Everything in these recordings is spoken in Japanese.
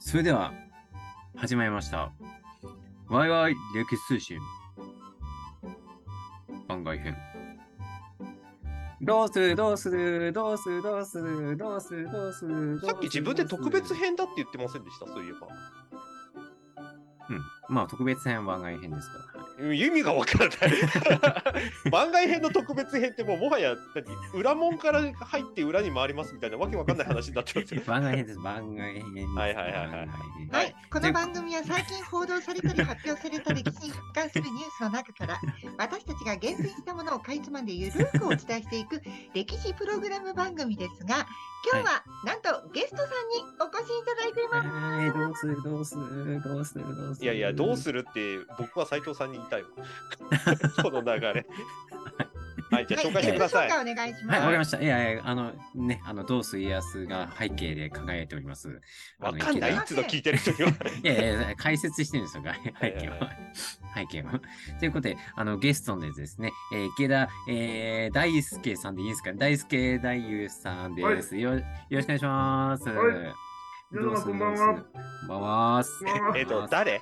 それでは、始まりました。ワイワイ歴史通信番外編。どうするどうするどうするどうするどうするどうする。 さっき自分で特別編だって言ってませんでした、そういえば。 まあ、特別編は番外編ですから。 意味がわからない。番外編の特別編ってもはや裏門から入って裏に回りますみたいなわけわかんない話になってますよ。 番外編です、番外編です。 はい。 この番組は最近報道されたり発表された歴史に関するニュースの中から私たちが厳選したものをかいつまんでゆるくお伝えしていく歴史プログラム番組ですが、今日はなんとゲストさんにお越しいただいています。 どうするどうするどうするどうする。 いやどうするって僕は斉藤さんに言いたいよ。この流れ。はい、じゃあ紹介してください。 はい、お願いします。 はい、わかりました。どうする家康が背景で輝いております。 わかんない、いつの聞いてる人には。 解説してるんですよ、背景は。背景は。ということで、ゲストでですね、池田、大輔さんでいいですか？大輔大祐さんです。よろしくお願いします。 皆様こんばんは。 こんばんは。 誰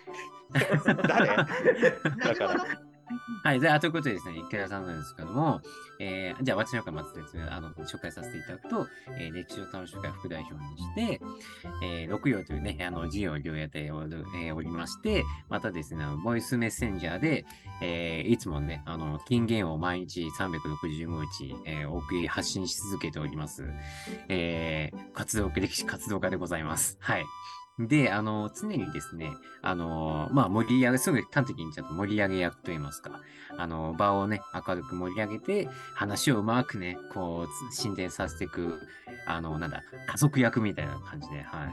だから。 はい。で、ということでですね、池田さんなんですけども、じゃあ、私の方まずですね、紹介させていただくと、歴史を楽しむ会副代表にして、六葉というね、事業をやっておりまして、またですね、ボイスメッセンジャーで、いつもね、金言を毎日365日、送り発信し続けております、歴史活動家でございます。はい。で、常にですね、盛り上げ、すぐ端的にちょっと盛り上げ役といいますか、場をね、明るく盛り上げて、話をうまくね、こう、進展させていく、家族役みたいな感じで、はい、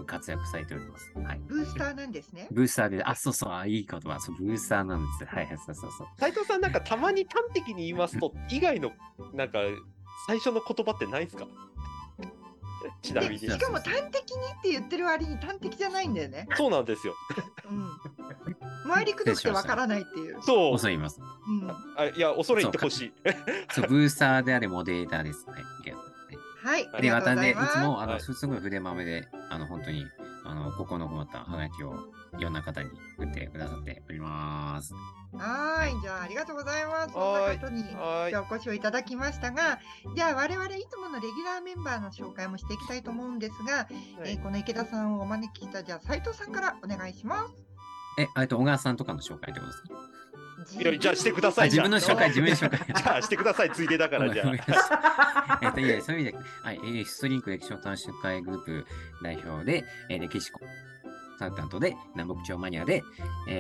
活躍されております。はい。 ブースターなんですね。 ブースターで、いい言葉、ブースターなんです。はい、そう。 斉藤さん、なんかたまに端的に言いますと、以外の、なんか、最初の言葉ってないですか？ちなみに。 しかも端的にって言ってる割に端的じゃないんだよね。 そうなんですよ。 回りくどくてわからないっていう。 そう。 恐れ入ります。 いや、恐れ入ってほしい。 そう、ブースターであれ、モデレーターです。 はい。 で、またね、いつも、すごい筆豆で、本当に、心のこもったハガキをいろんな方に送ってくださっております。 はい。じゃあ、ありがとうございます。そんな方にお越しをいただきましたが、じゃあ、我々いつものレギュラーメンバーの紹介もしていきたいと思うんですが、この池田さんをお招きした、じゃあ、斉藤さんからお願いします。 小川さんとかの紹介ってことですか？ じゃあしてください。 自分の紹介。じゃあしてください、ついでだからじゃあ。 そういう意味で、ストリンク歴史を楽しむ会グループ代表で、歴史コンサルタントで、南北朝マニアで、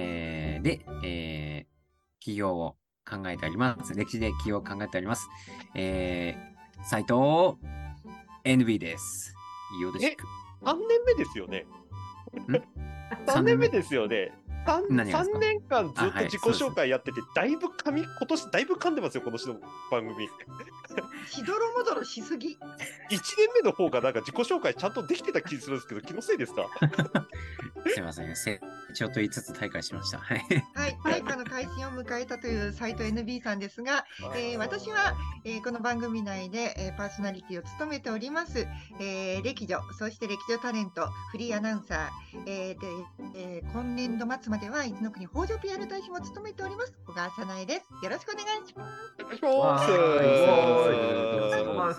企業を考えております。歴史で企業を考えております。斉藤 NB です。よろしく。 3年目ですよね。3年目ですよね。3年間ずっと自己紹介やってて、今年だいぶ噛んでますよ、この番組。 しどろもどろしすぎ。1 年目の方がなんか自己紹介ちゃんとできてた気するんですけど、気のせいですか？ すいません、成長と言いつつ退会しました。はい、 大化の改新を迎えたという斉藤 NB さんですが、私は、この番組内で、パーソナリティを務めております、歴女、そして歴女タレント、フリーアナウンサー、今年度末までは伊豆の国北条 PR 大使も務めております小川さなえです。よろしくお願いします。 お願いします。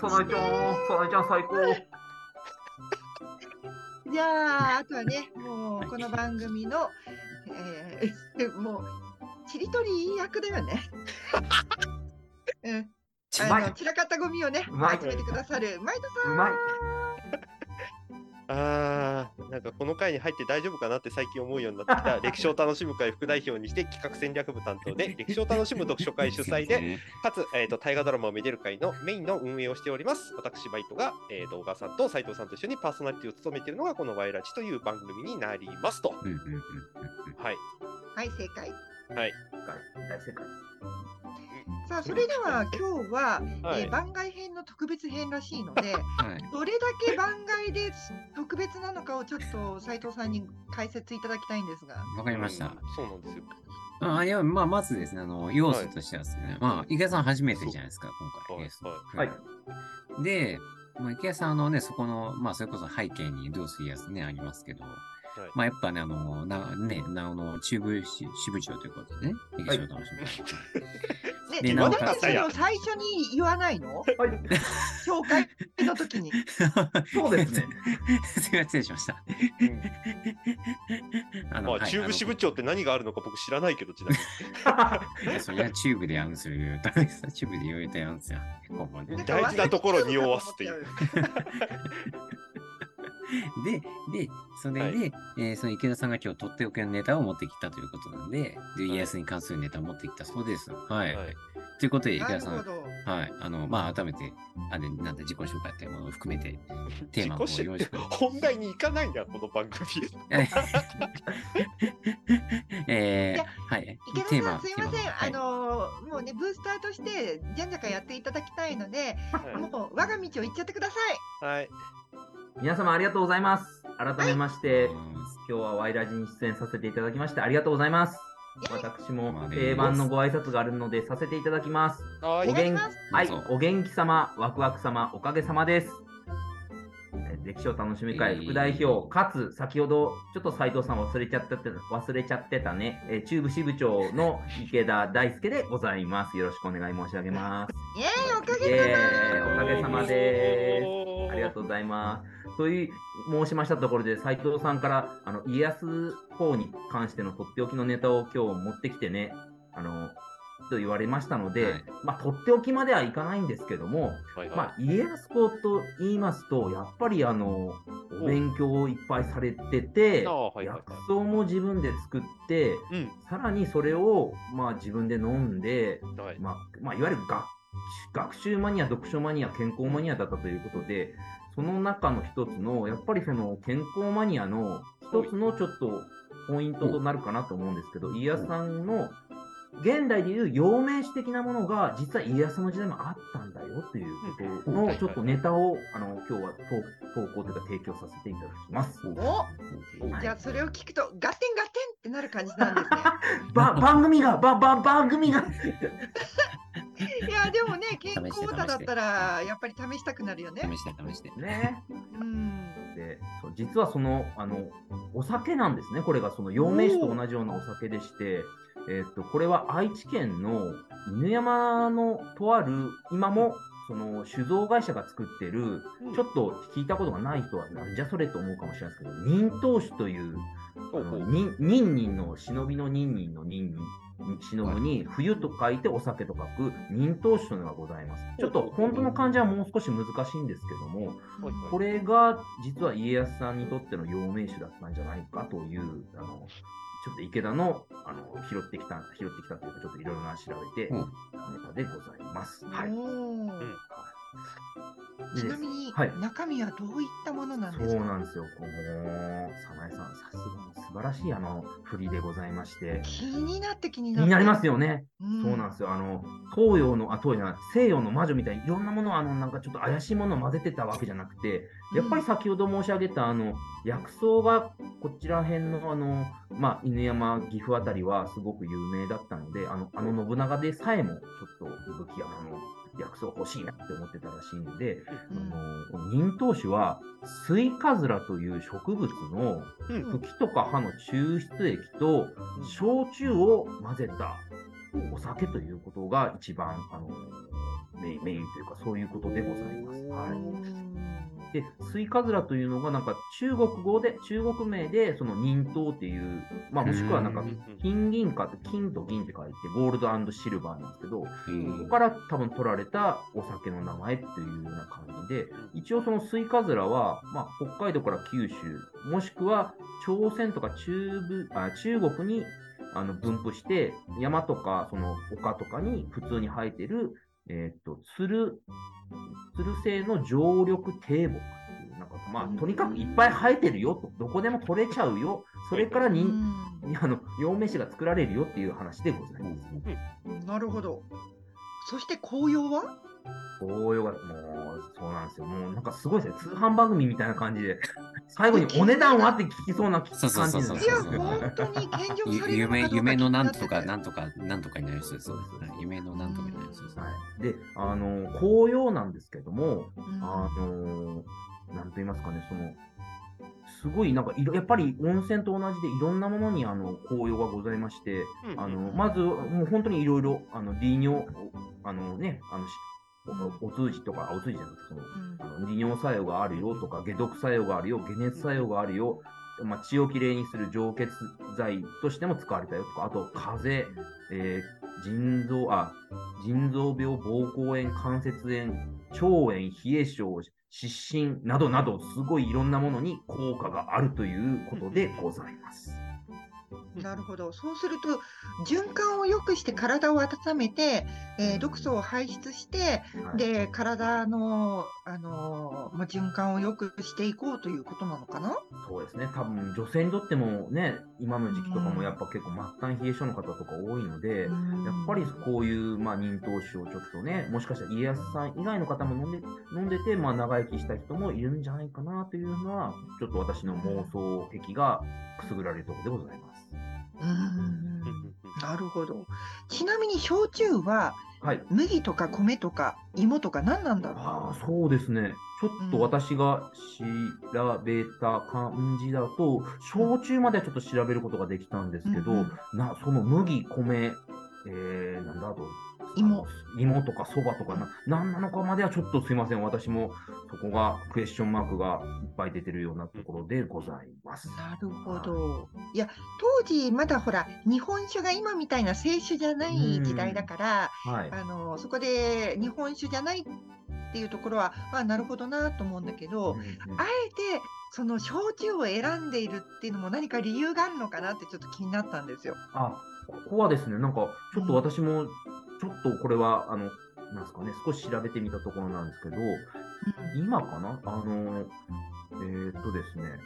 さなえちゃん最高。 じゃあ、あとはね、もうこの番組の、もうちりとり役だよね。散らかったゴミをね、集めてくださるマイトさん。 うまい。 なんかこの回に入って大丈夫かなって最近思うようになってきた歴史を楽しむ会副代表にして企画戦略部担当で歴史を楽しむ読書会主催でかつ、大河ドラマをめでる会のメインの運営をしております私バイトが、小川さんと斉藤さんと一緒にパーソナリティを務めているのがこのワイラジという番組になりますと。 はい、正解。 はい、 大正解。 さあ、それでは今日は、番外編の特別編らしいので、どれだけ番外で特別なのかをちょっと斉藤さんに解説いただきたいんですが。 わかりました。 そうなんですよ。 まずですね、要素としてはですね、池田さん初めてじゃないですか、今回。 はい。 で、 まあ、池谷さんそこの、まあ、それこそ背景にどうするやつね、ありますけど、まあ、やっぱね、中部支部長ということでね、劇場楽しみ。 ね、 なおなんでかつそれを最初に言わないの？ はい。 紹介の時に。 そうですね。 すみません、失礼しました。 まあ、中部支部長って何があるのか僕知らないけど、ちなみに。 いやそれはチューブでやるんですよ。ダメです。チューブで言われてやるんですよ。ここね。 大事なところに匂わすっていう。 で、それで、その池田さんが今日とっておきのネタを持ってきたということなんで、家康に関するネタを持ってきたそうです。はい。ということで、池田さん、はい。まあ、改めて、なんだ、自己紹介というものを含めて、テーマをよろしく。 本題に行かないんだ、この番組。 はい。 池田さん、すいません。もうね、ブースターとして、じゃんじゃかやっていただきたいので、もう、我が道を行っちゃってください。 はい。 皆様ありがとうございます。改めまして、今日はワイラジに出演させていただきましてありがとうございます。私も定番のご挨拶があるのでさせていただきます。お元気様、ワクワク様、おかげさまです。歴史を楽しみ会副代表、かつ先ほどちょっと斉藤さん忘れちゃってたね、中部支部長の池田大輔でございます。よろしくお願い申し上げます。 イエーイ、おかげさま。 おかげさまです。ありがとうございます。という申しましたところで、斉藤さんから家康公に関してのとっておきのネタを今日持ってきてね、と言われましたので、まあ、とっておきまではいかないんですけども、まあ、家康公と言いますと、やっぱりお勉強をいっぱいされてて、薬草も自分で作って、さらにそれを、まあ、自分で飲んで、まあ、いわゆる学習マニア、読書マニア、健康マニアだったということで、その中の一つの、やっぱりその健康マニアの一つのちょっとポイントとなるかなと思うんですけど、家康さんの現代でいう陽明酒的なものが実は家康の時代もあったんだよということのちょっとネタを今日は投稿というか提供させていただきます。 じゃあそれを聞くとガッテンガッテンってなる感じなんですね。 番組がいやでもね、健康歌だったらやっぱり試したくなるよね。 試してね。で、実はそのお酒なんですね。これがその陽明酒と同じようなお酒でして、これは愛知県の犬山のとある今もその酒造会社が作ってる、ちょっと聞いたことがない人はなんじゃそれと思うかもしれないですけど、忍冬酒という忍忍の忍びの忍忍の忍忍ぶに冬と書いてお酒と書く忍冬酒というのがございます。ちょっと本当の漢字はもう少し難しいんですけども、これが実は家康さんにとっての陽明酒だったんじゃないかというちょっと池田の拾ってきたというか、ちょっといろいろな調べてネタでございます。はい。 ちなみに、中身はどういったものなんですか？ そうなんですよ。早苗さん、さすが素晴らしい振りでございまして。 気になって気になりますよね。そうなんですよ。西洋の魔女みたいにいろんなものをなんかちょっと怪しいものを混ぜてたわけじゃなくて、やっぱり先ほど申し上げた薬草がこちら辺のまあ、犬山、岐阜あたりはすごく有名だったので、信長でさえもちょっと武器薬草欲しいなって思ってたらしいので、この忍冬酒はスイカズラという植物の茎とか葉の抽出液と焼酎を混ぜたお酒ということが一番メインというかそういうことでございます。はい。で、スイカズラというのがなんか中国名でその忍冬っていう、まあもしくはなんか金銀貨って金と銀って書いてゴールド&シルバーなんですけど、ここから多分取られたお酒の名前っていうような感じで、一応そのスイカズラは、まあ、北海道から九州、もしくは朝鮮とか中国に分布して、山とかその丘とかに普通に生えてる、つる製の常緑低木っていう、なんかまあ、とにかくいっぱい生えてるよと、どこでも取れちゃうよ、それから陽明酒が作られるよっていう話でございます。 なるほど。そして紅葉は？ 紅葉がもうそうなんですよ。もうなんかすごいですね。通販番組みたいな感じで最後にお値段はって聞きそうな感じそうそうそうそういや、本当に献上されるのかどうか夢のなんとか、 気になっててなんとか、なんとかになりそうです。夢のなんとかになりそうです。 はい、で、紅葉なんですけども、 うんなんと言いますかね、すごいなんかやっぱり温泉と同じでいろんなものに紅葉がございまして、まずもう本当にいろいろ利尿、お通じとか、お通じじゃなくて利尿作用があるよとか、解毒作用があるよ、解熱作用があるよ、血をきれいにする浄血剤としても使われたよとか、あと風邪、腎臓病、膀胱炎、関節炎、腸炎、冷え症、湿疹などなど、すごいいろんなものに効果があるということでございます。 なるほど。そうすると、循環を良くして体を温めて、毒素を排出して、 はいで、体の、循環を良くしていこうということなのかな。 そうですね、多分女性にとってもね、今の時期とかもやっぱ結構末端冷え性の方とか多いので、やっぱりこういう、忍冬酒をちょっとね、もしかしたら家康さん以外の方も飲んでて、長生きした人もいるんじゃないかなというのは、ちょっと私の妄想癖がくすぐられるところでございます。 なるほど。ちなみに焼酎は、 はい、 麦とか米とか芋とか何なんだろう。 そうですね。ちょっと私が調べた感じだと、焼酎まではちょっと調べることができたんですけど、その麦、米、なんだと。芋とかそばとか何なのかまではちょっとすいません。私もそこがクエスチョンマークがいっぱい出てるようなところでございます。 なるほど。いや、当時まだほら、日本酒が今みたいな清酒じゃない時代だから、そこで日本酒じゃないっていうところは、なるほどなと思うんだけど、あえてその焼酎を選んでいるっていうのも何か理由があるのかなってちょっと気になったんですよ。 ここはですね、なんかちょっと私もちょっとこれはなんですかね、少し調べてみたところなんですけど、今かなですね、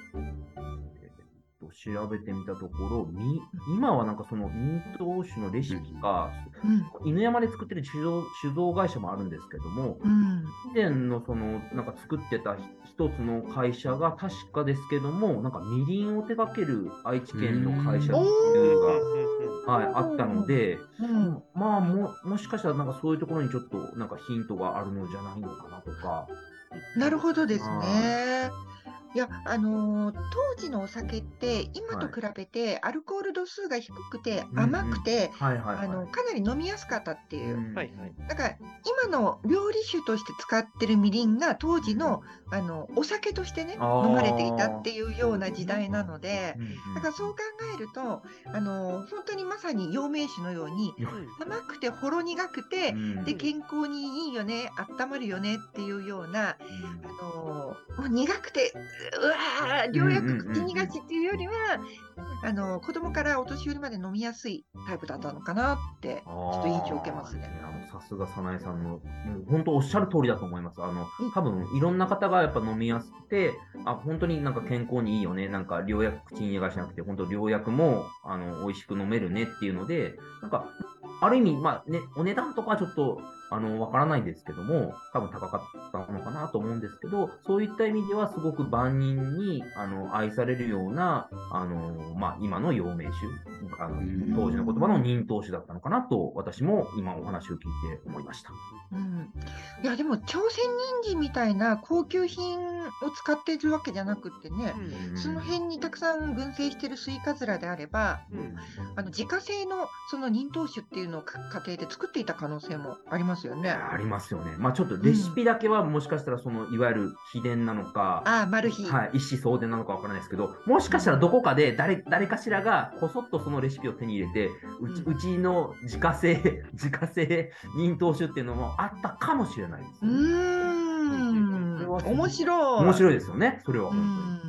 調べてみたところ、今はなんかその忍冬酒のレシピが、犬山で作ってる酒造会社もあるんですけども、以前のなんか作ってた一つの会社が確かですけども、なんかみりんを手掛ける愛知県の会社っていうのが、あったので、もしかしたらなんかそういうところにちょっとなんかヒントがあるのじゃないのかなとか。 なるほどですね。いや、当時のお酒って今と比べてアルコール度数が低くて甘くて、かなり飲みやすかったっていう。だから今の料理酒として使ってるみりんが当時の、お酒としてね、飲まれていたっていうような時代なので、だからそう考えると、本当にまさに陽明酒のように甘くてほろ苦くて、で健康にいいよね、温まるよねっていうような、苦くて良薬口逃がしっていうよりは、子供からお年寄りまで飲みやすいタイプだったのかなってちょっと印象を受けますね。 さすが早苗さんの本当おっしゃる通りだと思います。多分いろんな方がやっぱ飲みやすくて、本当になんか健康にいいよね、なんか良薬口に逃がしなくて本当良薬も美味しく飲めるねっていうので、なんかある意味お値段とかはちょっとわからないですけども、多分高かったのかなと思うんですけど、そういった意味ではすごく万人に愛されるような今の陽明酒、当時の言葉の忍冬酒だったのかなと私も今お話を聞いて思いました。 いやでも朝鮮人参みたいな高級品を使っているわけじゃなくってね、その辺にたくさん群生しているスイカズラであれば、自家製のその忍冬酒っていうのを家庭で作っていた可能性もありますよね。 ありますよね。ちょっとレシピだけはもしかしたらいわゆる秘伝なのか、 マル秘、 一子相伝なのかわからないですけど、もしかしたらどこかで誰かしらがこそっとそのレシピを手に入れて、うちの自家製忍冬酒っていうのもあったかもしれないですね。 面白い。 面白いですよね。それは本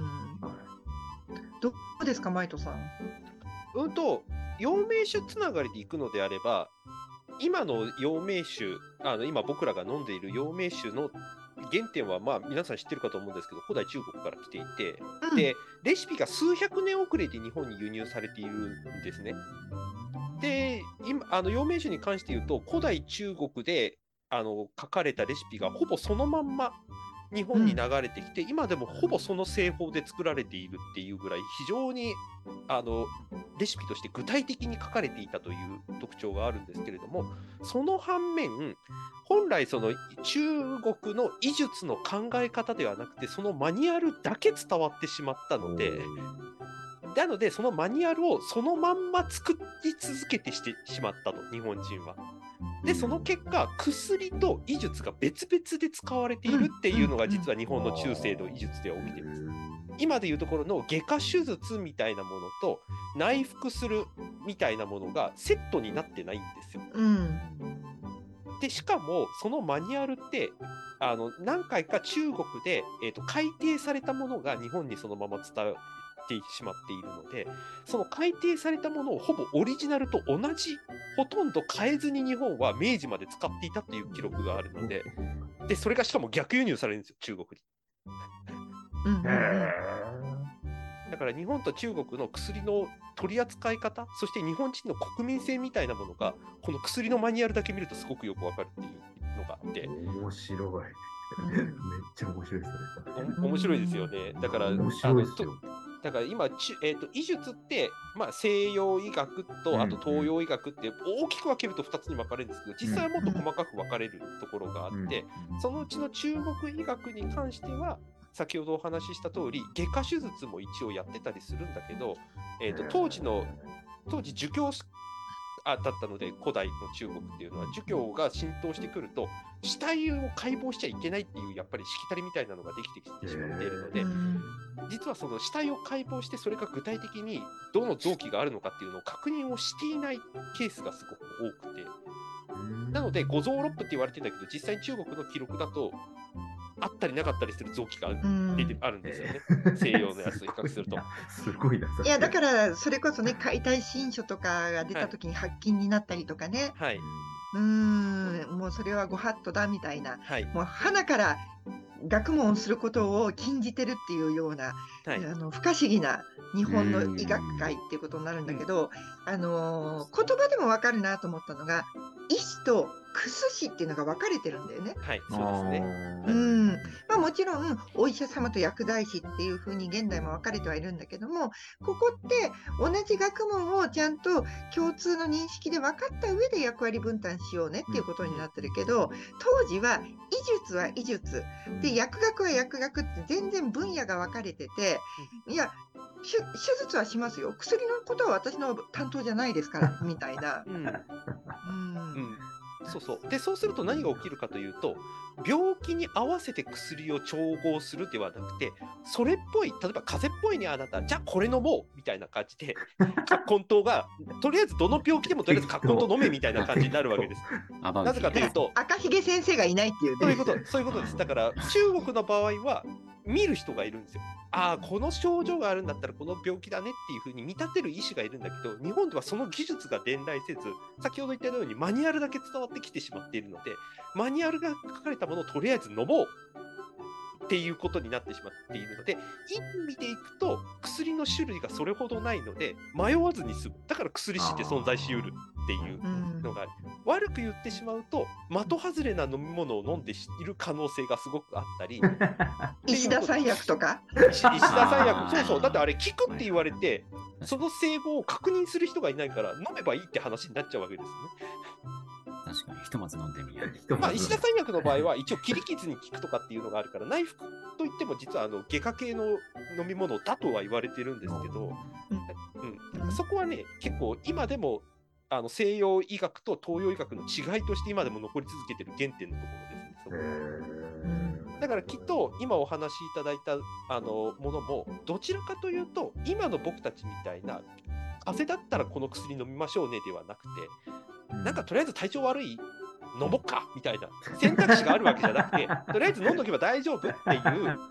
当に。どうですか、マイトさん。 陽明酒つながりでいくのであれば、今の陽明酒、今僕らが飲んでいる陽明酒の原点は皆さん知ってるかと思うんですけど、古代中国から来ていて、でレシピが数百年遅れで日本に輸入されているんですね。で今陽明酒に関して言うと、古代中国で書かれたレシピがほぼそのまんま日本に流れてきて、今でもほぼその製法で作られているっていうぐらい非常にレシピとして具体的に書かれていたという特徴があるんですけれども、その反面本来その中国の医術の考え方ではなくてそのマニュアルだけ伝わってしまったので、なのでそのマニュアルをそのまんま作り続けてしてしまったと、日本人は。でその結果薬と医術が別々で使われているっていうのが実は日本の中世の医術では起きています。今でいうところの外科手術みたいなものと内服するみたいなものがセットになってないんですよ。でしかもそのマニュアルって何回か中国で、改訂されたものが日本にそのまま伝わってしまっているので、その改訂されたものをほぼオリジナルと同じ、ほとんど変えずに日本は明治まで使っていたっていう記録があるので、でそれがしかも逆輸入されるんですよ、中国に。だから日本と中国の薬の取り扱い方、そして日本人の国民性みたいなものがこの薬のマニュアルだけ見るとすごくよくわかるっていうのがあって、 面白い。めっちゃ面白いですね。 面白いですよね。だから面白いですよ。 だから今、医術って、西洋医学とあと東洋医学って大きく分けると2つに分かれるんですけど、実際はもっと細かく分かれるところがあって、そのうちの中国医学に関しては先ほどお話しした通り外科手術も一応やってたりするんだけど、当時儒教だったので、古代の中国っていうのは儒教が浸透してくると死体を解剖しちゃいけないっていうやっぱりしきたりみたいなのができてきてしまっているので、実はその死体を解剖してそれが具体的にどの臓器があるのかっていうのを確認をしていないケースがすごく多くて、なので五臓六腑って言われてるんだけど、実際に中国の記録だとあったりなかったりする臓器があるんですよね、西洋のやつと比較すると。 すごいな。 いやだからそれこそね、解体新書とかが出た時に発禁になったりとかね、 はい、 もうそれはご法度だみたいな、 はい、 もう花から学問をすることを禁じてるっていうような、 はい、 不可思議な日本の医学界っていうことになるんだけど、言葉でも分かるなと思ったのが、医師と薬師っていうのが分かれてるんだよね。 はい、そうですね。 もちろんお医者様と薬剤師っていう風に現代も分かれてはいるんだけども、ここって同じ学問をちゃんと共通の認識で分かった上で役割分担しようねっていうことになってるけど、当時は医術は医術で薬学は薬学って全然分野が分かれてて、いや手術はしますよ、薬のことは私の担当じゃないですからみたいな。 そうすると何が起きるかというと、病気に合わせて薬を調合するではなくて、それっぽい、例えば風邪っぽいねあなた、じゃあこれ飲もうみたいな感じで葛根湯がとりあえずどの病気でもとりあえず葛根湯飲めみたいな感じになるわけです。なぜかというと赤ひげ先生がいないっていうね。 そういうことです。だから中国の場合は見る人がいるんですよ。この症状があるんだったらこの病気だねっていう風に見立てる医師がいるんだけど、日本ではその技術が伝来せず、先ほど言ったようにマニュアルだけ伝わってきてしまっているので、マニュアルが書かれたものをとりあえず飲もうっていうことになってしまっているので、意味でいくと薬の種類がそれほどないので迷わずに済む。だから薬師って存在しうるっていうのがある。悪く言ってしまうと的外れな飲み物を飲んでいる可能性がすごくあったり石田三薬とか石田三薬、そうだってあれ効くって言われてその成分を確認する人がいないから飲めばいいって話になっちゃうわけですね。 確かに、ひとまず飲んでみよう。 石田三薬の場合は一応切り傷に効くとかっていうのがあるから、内服といっても実は外科系の飲み物だとは言われてるんですけど、そこはね結構今でも西洋医学と東洋医学の違いとして今でも残り続けてる原点のところですね。だからきっと今お話しいただいたものもどちらかというと今の僕たちみたいな風邪だったらこの薬飲みましょうねではなくて、なんかとりあえず体調悪い飲もうかみたいな選択肢があるわけじゃなくてとりあえず飲んどけば大丈夫っていう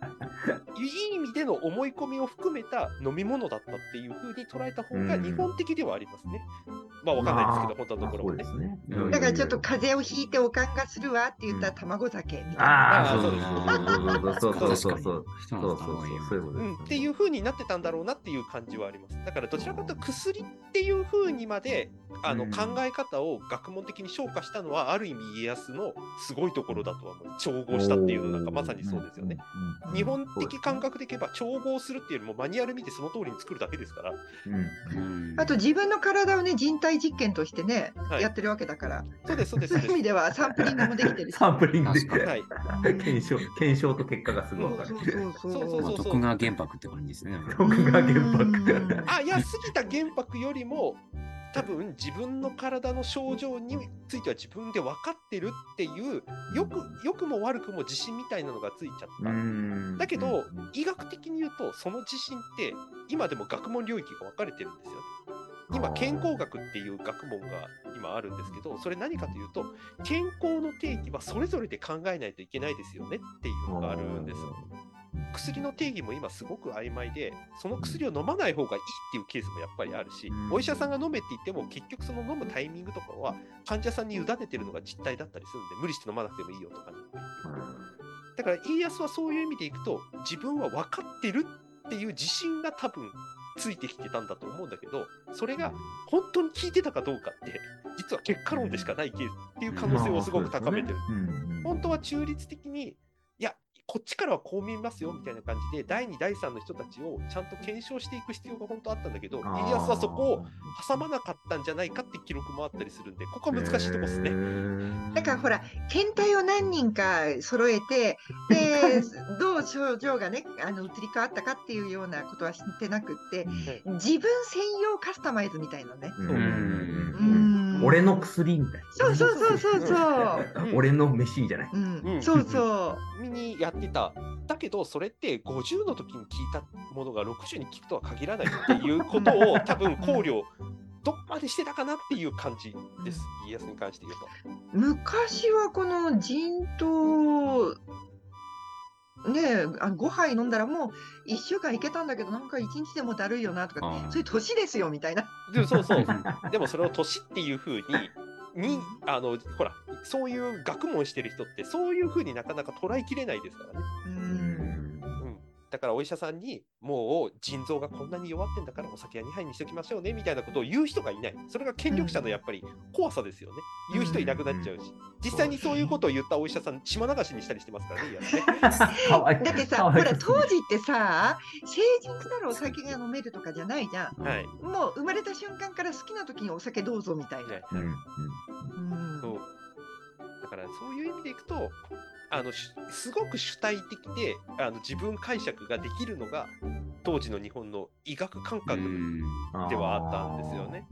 い意味での思い込みを含めた飲み物だったっていう風に捉えた方が日本的ではありますね。まあわかんないですけど、本当のところはね。 そうですね。 だからちょっと風邪をひいておかんがするわって言ったら卵酒みたいな。 ああ、 そうそうそうそう確かにそういうことです。 っていう風になってたんだろうなっていう感じはあります。だからどちらかというと薬っていう風にまで考え方を学問的に昇華したのはある意味家康のすごいところだとは思う。調合したっていうのなんかまさにそうですよね。日本的感覚でいけば調合するっていうよりもマニュアル見てその通りに作るだけですから。 あと自分の体をね人体実験としてね、 はいやってるわけだから。 そうですそうですそういう意味ではサンプリングもできてるし。 サンプリングで確かはい検証と結果がすぐ分かる。 そう徳川玄白って感じですね。 徳川玄白。 あ、いや、杉田玄白よりも、多分自分の体の症状については自分で分かってるっていう良くも悪くも自信みたいなのがついちゃった。だけど医学的に言うとその自信って今でも学問領域が分かれてるんですよね。今健康学っていう学問が今あるんですけど、それ何かというと健康の定義はそれぞれで考えないといけないですよねっていうのがあるんです。薬の定義も今すごく曖昧で、その薬を飲まない方がいいっていうケースもやっぱりあるし、お医者さんが飲めって言っても結局その飲むタイミングとかは患者さんに委ねてるのが実態だったりするんで、無理して飲まなくてもいいよとかね。だから家康はそういう意味でいくと自分は分かってるっていう自信が多分ついてきてたんだと思うんだけど、それが本当に効いてたかどうかって実は結果論でしかないケースっていう可能性をすごく高めてる。本当は中立的に、いやこっちからはこう見えますよみたいな感じで第2第3の人たちをちゃんと検証していく必要が本当あったんだけど、家康はそこを挟まなかったんじゃないかって記録もあったりするんで、ここは難しいとこですね。 だからほら検体を何人か揃えて、でどう症状がね移り変わったかっていうようなことは知ってなくって、自分専用カスタマイズみたいなね。 俺の薬みたいそな。 う。 俺の飯じゃない。 そうそう。 見にやってた。だけどそれって50の時に聞いたものが60に聞くとは限らないっていうことを多分考慮どこまでしてたかなっていう感じです。家康に関して言うと。 昔はこの陣頭ね5杯飲んだらもう1週間いけたんだけど、なんか1日でもだるいよなとか、それ年ですよみたいな。 でもそうでもそれを年っていう風にほらそういう学問してる人ってそういう風になかなか捉えきれないですからね。だからお医者さんにもう腎臓がこんなに弱ってんだからお酒は2杯にしときましょうねみたいなことを言う人がいない。それが権力者のやっぱり怖さですよね。言う人いなくなっちゃうし、実際にそういうことを言ったお医者さん島流しにしたりしてますからね。 だってさ、ほら当時ってさ、成人したらお酒が飲めるとかじゃないじゃん。もう生まれた瞬間から好きな時にお酒どうぞみたいな。 そうだからそういう意味でいくとすごく主体的で自分解釈ができるのが当時の日本の医学感覚ではあったんですよね。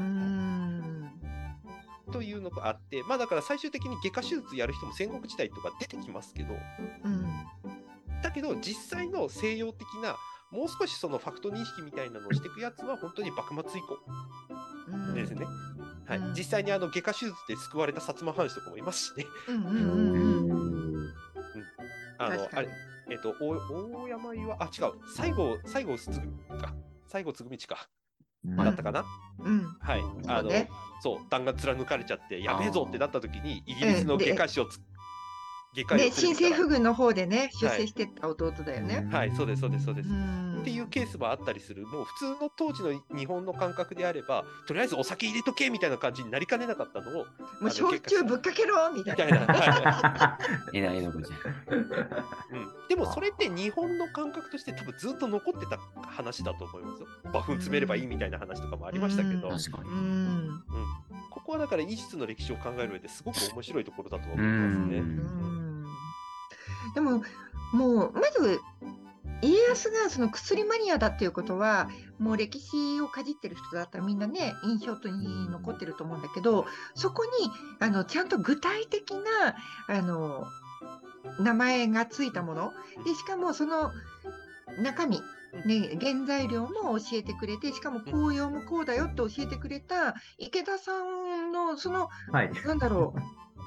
というのがあって、まあだから最終的に外科手術やる人も戦国時代とか出てきますけど、だけど実際の西洋的なもう少しそのファクト認識みたいなのをしていくやつは本当に幕末以降ですね。実際に外科手術で救われた薩摩藩士とかもいますしね。あれ大山岩違う西郷嗣道かだったかな。そう弾が貫かれちゃってやべえぞってなった時にイギリスの外科士を新政府軍の方でね出世してった弟だよね。 そうですっていうケースもあったりする。もう普通の当時の日本の感覚であればとりあえずお酒入れとけみたいな感じになりかねなかったのをもう焼酎ぶっかけろみたいな。 でもそれって日本の感覚として多分ずっと残ってた話だと思いますよ。馬糞詰めればいいみたいな話とかもありましたけど、ここはだから医術の歴史を考える上ですごく面白いところだと思いますね。 でももうまず家康がその薬マニアだっていうことはもう歴史をかじってる人だったらみんなね印象に残ってると思うんだけど、そこにちゃんと具体的な名前がついたもので、しかもその中身原材料も教えてくれて、しかも紅葉もこうだよって教えてくれた池田さんのその、なんだろう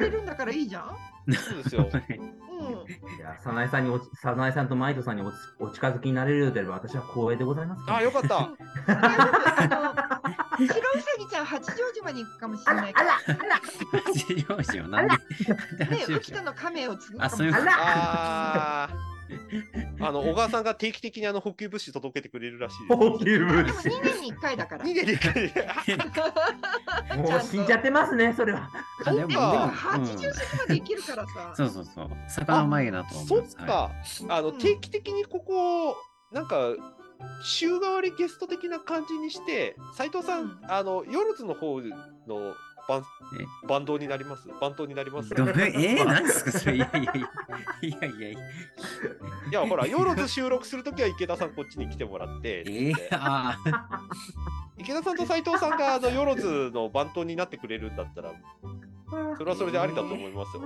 れるんだからいいじゃん。 そうですよ。 うん。 いや、早苗さんに早苗さんとマイトさんにお近づきになれるようであれば、私は光栄でございます。 あ、よかった。 白うさぎちゃん、八丈島に行くかもしれないから。 八丈島なんでね、浮田の亀を継ぐかもしそういうことれない。 あ小川さんが定期的に補給物資届けてくれるらしいです。 補給でも物 2年に1回だから。 2年に1回で。 もう死んじゃってますね、それは。 あでもでもか 80過ぎまで生きるからさ。 そうそうそう。魚うまいなと思そっいます。はか、 ん定期的にここ、なんか、週替わりゲスト的な感じにして、斉藤さん、 うんヨルズの方のバンドになります番頭になります何ですかそれ。いやいやいや。いやいやいや。 いや、ほら、ヨルズ収録するときは池田さんこっちに来てもらって、 あ池田さんと斉藤さんがヨロズの番頭になってくれるんだったら、それはそれでありだと思いますよ。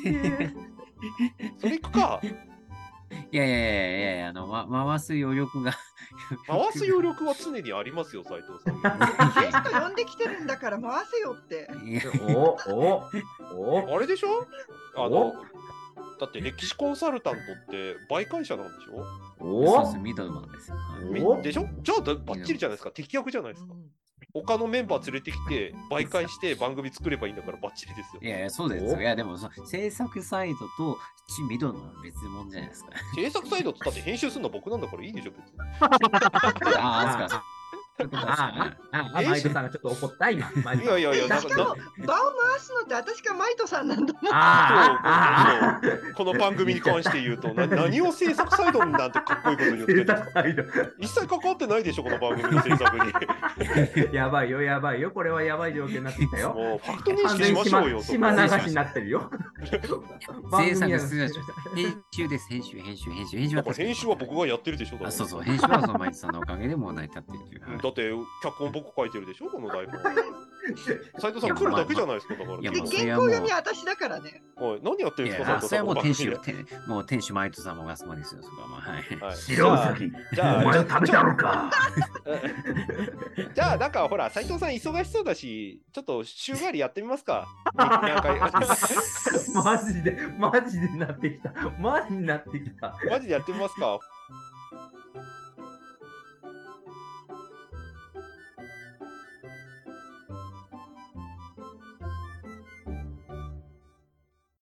それいくか。 いやいやいやいや、回す余力が。 回す余力は常にありますよ、斉藤さん。 ゲスト呼んできてるんだから回せよって。 いやおあれでしょおだって歴史コンサルタントって媒介者なんでしょそうそう、ミドルマンですよ。 おでしょじゃあバッチリじゃないですか。敵役じゃないですか。他のメンバー連れてきて媒介して番組作ればいいんだからバッチリですよ。 いやいや、そうですよ。いや、でも制作サイドとミドルマンは別物じゃないですか。 制作サイドってだって編集するの僕なんだからいいでしょ、別に。 ああ、そうか。 マイトさんがちょっと怒った今。マイトさんいやいやいや、 しかも場を回すのって私かマイトさんなんだもん。 そうこの番組に関して言うと、何を制作サイドになんてかっこいいこと言ってるんですか。一切関わってないでしょ、この番組の制作に。 やばいよ、やばいよ。これはやばい状況になってきたよ。 もうファクト認識しましょうよ。 島流しになってるよ。 制作失礼しました。編集です、編集は。 編集は僕がやってるでしょ。 あ、そうそう、編集はそのマイトさんのおかげでもう成り立ってるという。 だって脚本僕書いてるでしょ、この台本。斉藤さん来るだけじゃないですか、だから。 で、 いやもう原稿読みは私だからね。 おい、何やってるんですか、斉藤それさん。 はもう店主マイトさんもガスマですよ、そこはまあ。はい。 白ウサギ、 じゃあお前を食べたのか。 じゃあ、なんかほら、斉藤さん忙しそうだし、ちょっと週替わりやってみますか。何回マジでなってきた。マジになってきた。 マジでやってみますか。